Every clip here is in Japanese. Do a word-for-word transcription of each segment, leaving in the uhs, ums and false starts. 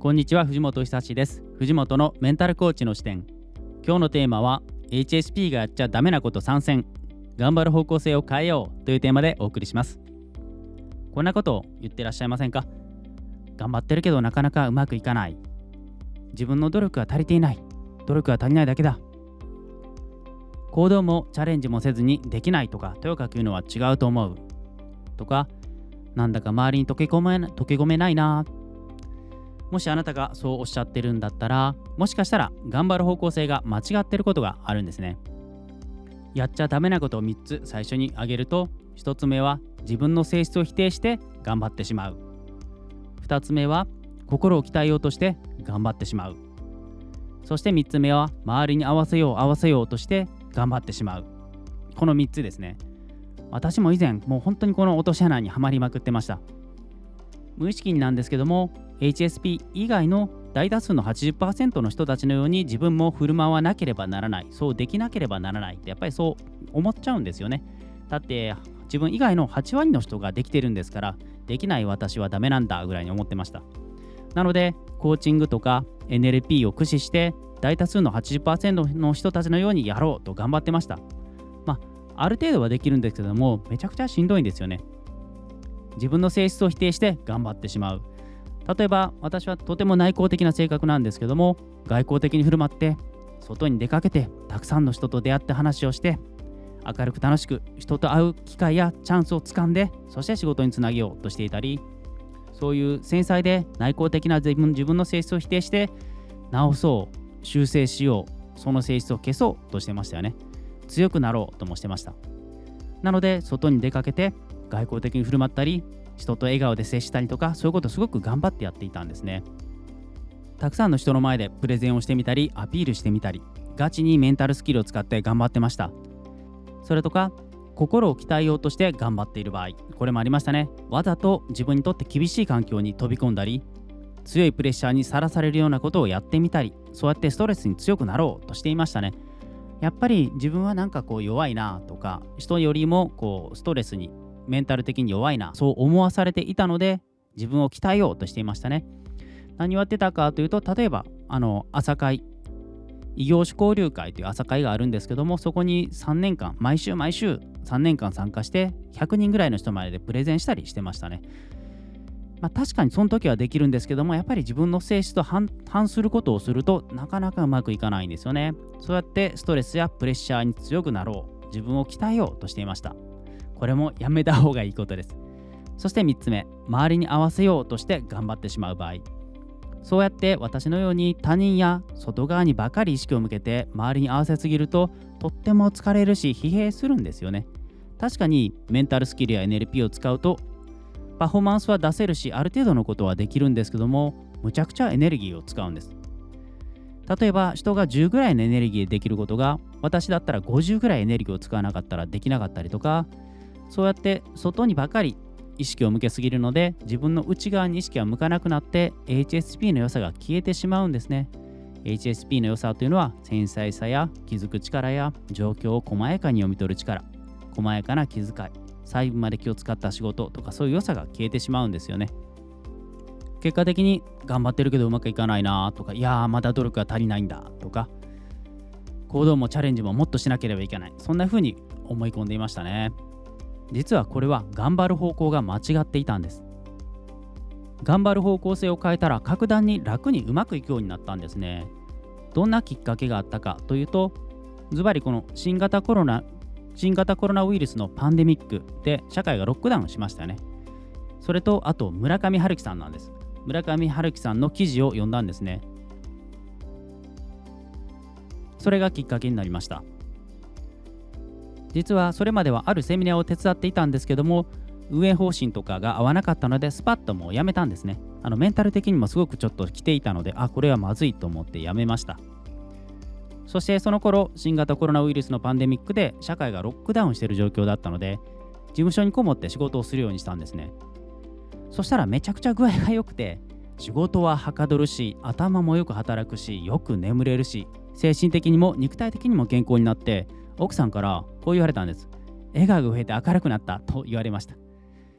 こんにちは、藤本久志です。藤本のメンタルコーチの視点。今日のテーマは エイチエスピー がやっちゃダメなこと参戦、頑張る方向性を変えようというテーマでお送りします。こんなことを言ってらっしゃいませんか？頑張ってるけどなかなかうまくいかない。自分の努力が足りていない。努力が足りないだけだ。行動もチャレンジもせずにできないとか、とやかく言うのは違うと思うとか、なんだか周りに溶け込め、溶け込めないな。もしあなたがそうおっしゃってるんだったら、もしかしたら頑張る方向性が間違ってることがあるんですね。やっちゃダメなことをみっつ最初に挙げると、ひとつめは自分の性質を否定して頑張ってしまう。ふたつめは心を鍛えようとして頑張ってしまう。そしてみっつめは周りに合わせよう合わせようとして頑張ってしまう。このみっつですね。私も以前もう本当にこの落とし穴にはまりまくってました。無意識になんですけども、 エイチエスピー 以外の大多数の はちじゅっパーセント の人たちのように自分も振る舞わなければならない、そうできなければならないってやっぱりそう思っちゃうんですよね。だって自分以外のはちわりの人ができてるんですから、できない私はダメなんだぐらいに思ってました。なのでコーチングとか エヌエルピー を駆使して大多数の はちじゅっパーセント の人たちのようにやろうと頑張ってました。まあある程度はできるんですけども、めちゃくちゃしんどいんですよね。自分の性質を否定して頑張ってしまう。例えば私はとても内向的な性格なんですけども、外交的に振る舞って外に出かけてたくさんの人と出会って話をして明るく楽しく人と会う機会やチャンスをつかんで、そして仕事につなげようとしていたり、そういう繊細で内向的な自分自分の性質を否定して直そう、修正しよう、その性質を消そうとしてましたよね。強くなろうともしてました。なので外に出かけて外交的に振る舞ったり、人と笑顔で接したりとか、そういうことをすごく頑張ってやっていたんですね。たくさんの人の前でプレゼンをしてみたり、アピールしてみたり、ガチにメンタルスキルを使って頑張ってました。それとか心を鍛えようとして頑張っている場合、これもありましたね。わざと自分にとって厳しい環境に飛び込んだり、強いプレッシャーにさらされるようなことをやってみたり、そうやってストレスに強くなろうとしていましたね。やっぱり自分はなんかこう弱いなとか、人よりもこうストレスにメンタル的に弱いな、そう思わされていたので、自分を鍛えようとしていましたね。何をやってたかというと、例えばあの朝会、異業種交流会という朝会があるんですけども、そこにさんねんかん毎週毎週さんねんかん参加してひゃくにんぐらいの人前でプレゼンしたりしてましたね。まあ、確かにその時はできるんですけども、やっぱり自分の性質と反反することをするとなかなかうまくいかないんですよね。そうやってストレスやプレッシャーに強くなろう、自分を鍛えようとしていました。これもやめた方がいいことです。そしてみっつめ、周りに合わせようとして頑張ってしまう場合、そうやって私のように他人や外側にばかり意識を向けて周りに合わせすぎると、とっても疲れるし疲弊するんですよね。確かにメンタルスキルや エヌエルピー を使うとパフォーマンスは出せるし、ある程度のことはできるんですけども、むちゃくちゃエネルギーを使うんです。例えば人がじゅうぐらいのエネルギーでできることが、私だったらごじゅうぐらいエネルギーを使わなかったらできなかったりとか、そうやって外にばかり意識を向けすぎるので、自分の内側に意識が向かなくなって エイチエスピー の良さが消えてしまうんですね。 エイチエスピー の良さというのは、繊細さや気づく力や状況を細やかに読み取る力、細やかな気遣い、細部まで気を使った仕事とか、そういう良さが消えてしまうんですよね。結果的に頑張ってるけどうまくいかないなとか、いやーまだ努力が足りないんだとか、行動もチャレンジももっとしなければいけない、そんな風に思い込んでいましたね。実はこれは頑張る方向が間違っていたんです。頑張る方向性を変えたら格段に楽にうまくいくようになったんですね。どんなきっかけがあったかというと、ズバリこの新型コロナ新型コロナウイルスのパンデミックで社会がロックダウンしましたよね。それとあと村上春樹さんなんです。村上春樹さんの記事を読んだんですね。それがきっかけになりました。実はそれまではあるセミナーを手伝っていたんですけども、運営方針とかが合わなかったのでスパッともうやめたんですね。あのメンタル的にもすごくちょっと来ていたので、あ、これはまずいと思ってやめました。そしてその頃新型コロナウイルスのパンデミックで社会がロックダウンしている状況だったので、事務所にこもって仕事をするようにしたんですね。そしたらめちゃくちゃ具合が良くて、仕事ははかどるし、頭もよく働くし、よく眠れるし、精神的にも肉体的にも健康になって、奥さんからこう言われたんです。笑顔が増えて明るくなったと言われました。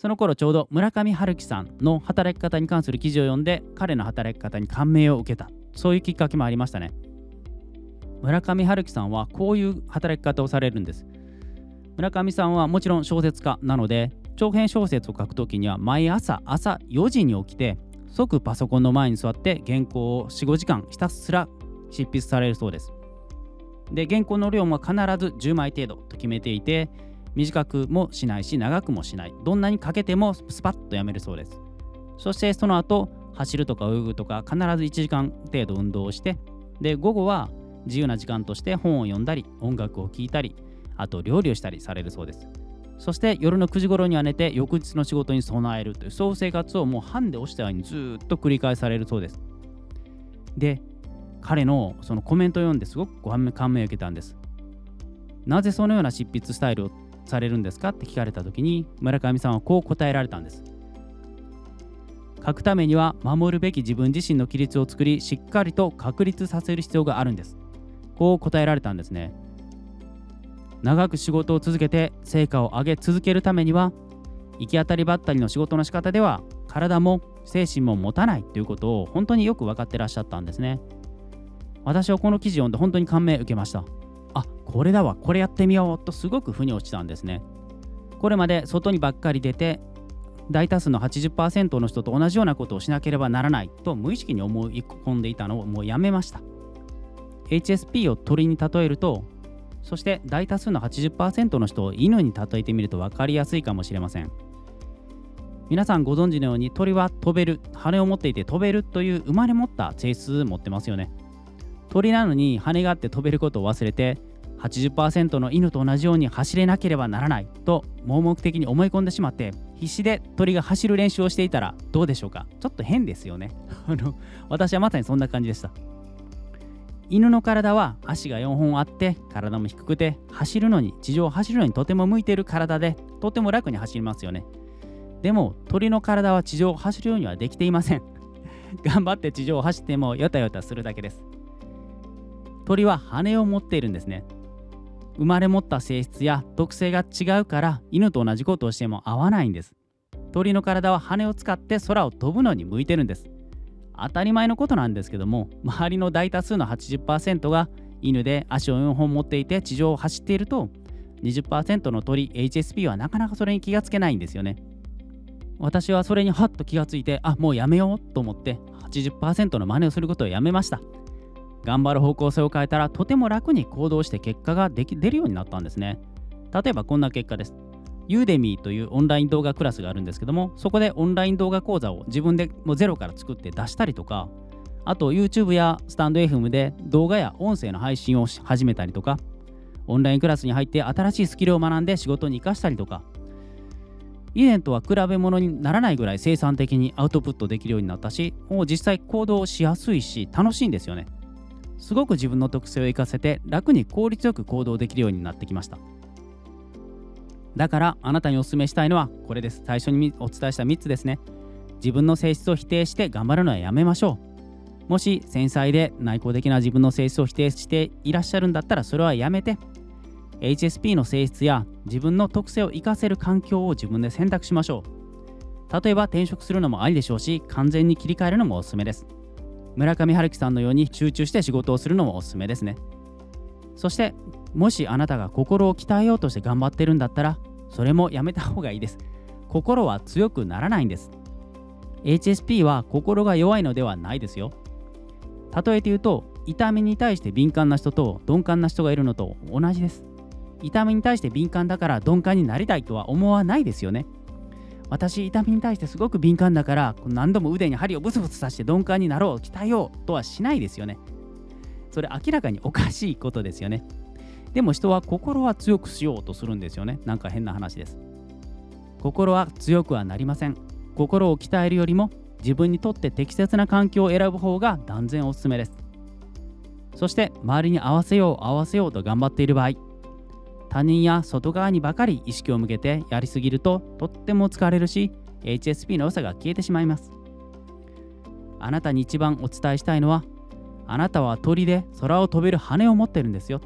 その頃ちょうど村上春樹さんの働き方に関する記事を読んで、彼の働き方に感銘を受けた、そういうきっかけもありましたね。村上春樹さんはこういう働き方をされるんです。村上さんはもちろん小説家なので、長編小説を書くときには毎朝朝よじに起きて即パソコンの前に座って原稿をよん、ごじかんひたすら執筆されるそうです。で、原稿の量も必ずじゅうまい程度と決めていて、短くもしないし長くもしない、どんなにかけてもスパッとやめるそうです。そしてその後走るとか泳ぐとか必ずいちじかん程度運動をして、で午後は自由な時間として本を読んだり音楽を聴いたり、あと料理をしたりされるそうです。そして夜のくじ頃には寝て翌日の仕事に備えるという、そういう生活をもうハンデ押したようにずっと繰り返されるそうです。で、彼のそのコメントを読んですごく感銘を受けたんです。なぜそのような執筆スタイルをされるんですかって聞かれた時に、村上さんはこう答えられたんです。書くためには守るべき自分自身の規律を作り、しっかりと確立させる必要があるんです。こう答えられたんですね。長く仕事を続けて成果を上げ続けるためには、行き当たりばったりの仕事の仕方では体も精神も持たないということを本当によく分かってらっしゃったんですね。私はこの記事を読んで本当に感銘を受けました。あ、これだわ、これやってみようとすごく腑に落ちたんですね。これまで外にばっかり出て大多数の はちじゅっパーセント の人と同じようなことをしなければならないと無意識に思い込んでいたのをもうやめました。 エイチエスピー を鳥に例えると、そして大多数の はちじゅっパーセント の人を犬に例えてみると分かりやすいかもしれません。皆さんご存知のように鳥は飛べる、羽を持っていて飛べるという生まれ持った性質を持ってますよね。鳥なのに羽があって飛べることを忘れて はちじゅっパーセント の犬と同じように走れなければならないと盲目的に思い込んでしまって必死で鳥が走る練習をしていたらどうでしょうか。ちょっと変ですよねあの私はまさにそんな感じでした。犬の体は足がよんほんあって体も低くて走るのに地上を走るのにとても向いている体でとても楽に走りますよね。でも鳥の体は地上を走るようにはできていません頑張って地上を走ってもヨタヨタするだけです。鳥は羽を持っているんですね。生まれ持った性質や特性が違うから犬と同じことをしても合わないんです。鳥の体は羽を使って空を飛ぶのに向いてるんです。当たり前のことなんですけども、周りの大多数の はちじゅっパーセント が犬で足をよんほん持っていて地上を走っていると にじゅっパーセント の鳥 エイチエスピー はなかなかそれに気がつけないんですよね。私はそれにハッと気がついて、あ、もうやめようと思って はちじゅっパーセント の真似をすることをやめました。頑張る方向性を変えたらとても楽に行動して結果ができ出るようになったんですね。例えばこんな結果です。ユーデミーというオンライン動画クラスがあるんですけども、そこでオンライン動画講座を自分でもうゼロから作って出したりとか、あと YouTube やスタンド エフエム で動画や音声の配信を始めたりとか、オンラインクラスに入って新しいスキルを学んで仕事に生かしたりとか、以前とは比べ物にならないぐらい生産的にアウトプットできるようになったし、もう実際行動しやすいし楽しいんですよね。すごく自分の特性を生かせて楽に効率よく行動できるようになってきました。だからあなたにお勧めしたいのはこれです。最初にお伝えしたみっつですね。自分の性質を否定して頑張るのはやめましょう。もし繊細で内向的な自分の性質を否定していらっしゃるんだったらそれはやめて、 エイチエスピー の性質や自分の特性を生かせる環境を自分で選択しましょう。例えば転職するのもありでしょうし、完全に切り替えるのもおすすめです。村上春樹さんのように集中して仕事をするのもおすすめですね。そしてもしあなたが心を鍛えようとして頑張ってるんだったらそれもやめた方がいいです。心は強くならないんです。 エイチエスピー は心が弱いのではないですよ。例えて言うと、痛みに対して敏感な人と鈍感な人がいるのと同じです。痛みに対して敏感だから鈍感になりたいとは思わないですよね。私痛みに対してすごく敏感だから何度も腕に針をブツブツ刺して鈍感になろう鍛えようとはしないですよね。それ明らかにおかしいことですよね。でも人は心は強くしようとするんですよね。なんか変な話です。心は強くはなりません。心を鍛えるよりも自分にとって適切な環境を選ぶ方が断然おすすめです。そして周りに合わせよう合わせようと頑張っている場合、他人や外側にばかり意識を向けてやりすぎるととっても疲れるし エイチエスピー の良さが消えてしまいます。あなたに一番お伝えしたいのは、あなたは鳥で空を飛べる羽を持ってるんですよ。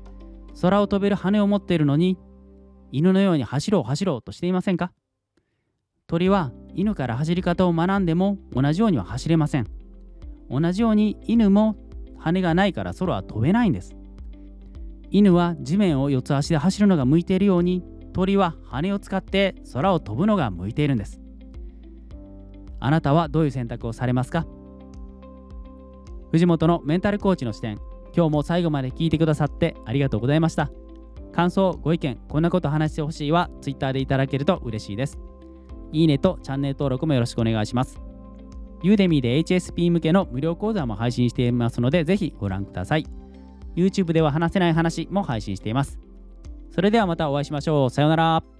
空を飛べる羽を持っているのに犬のように走ろう走ろうとしていませんか？ 鳥は犬から走り方を学んでも同じようには走れません。同じように犬も羽がないから空は飛べないんです。犬は地面を四つ足で走るのが向いているように、鳥は羽を使って空を飛ぶのが向いているんです。あなたはどういう選択をされますか？藤本のメンタルコーチの視点、今日も最後まで聞いてくださってありがとうございました。感想、ご意見、こんなこと話してほしいは Twitter でいただけると嬉しいです。いいねとチャンネル登録もよろしくお願いします。ユーデミーで エイチエスピー 向けの無料講座も配信していますので、ぜひご覧ください。YouTube では話せない話も配信しています。それではまたお会いしましょう。さようなら。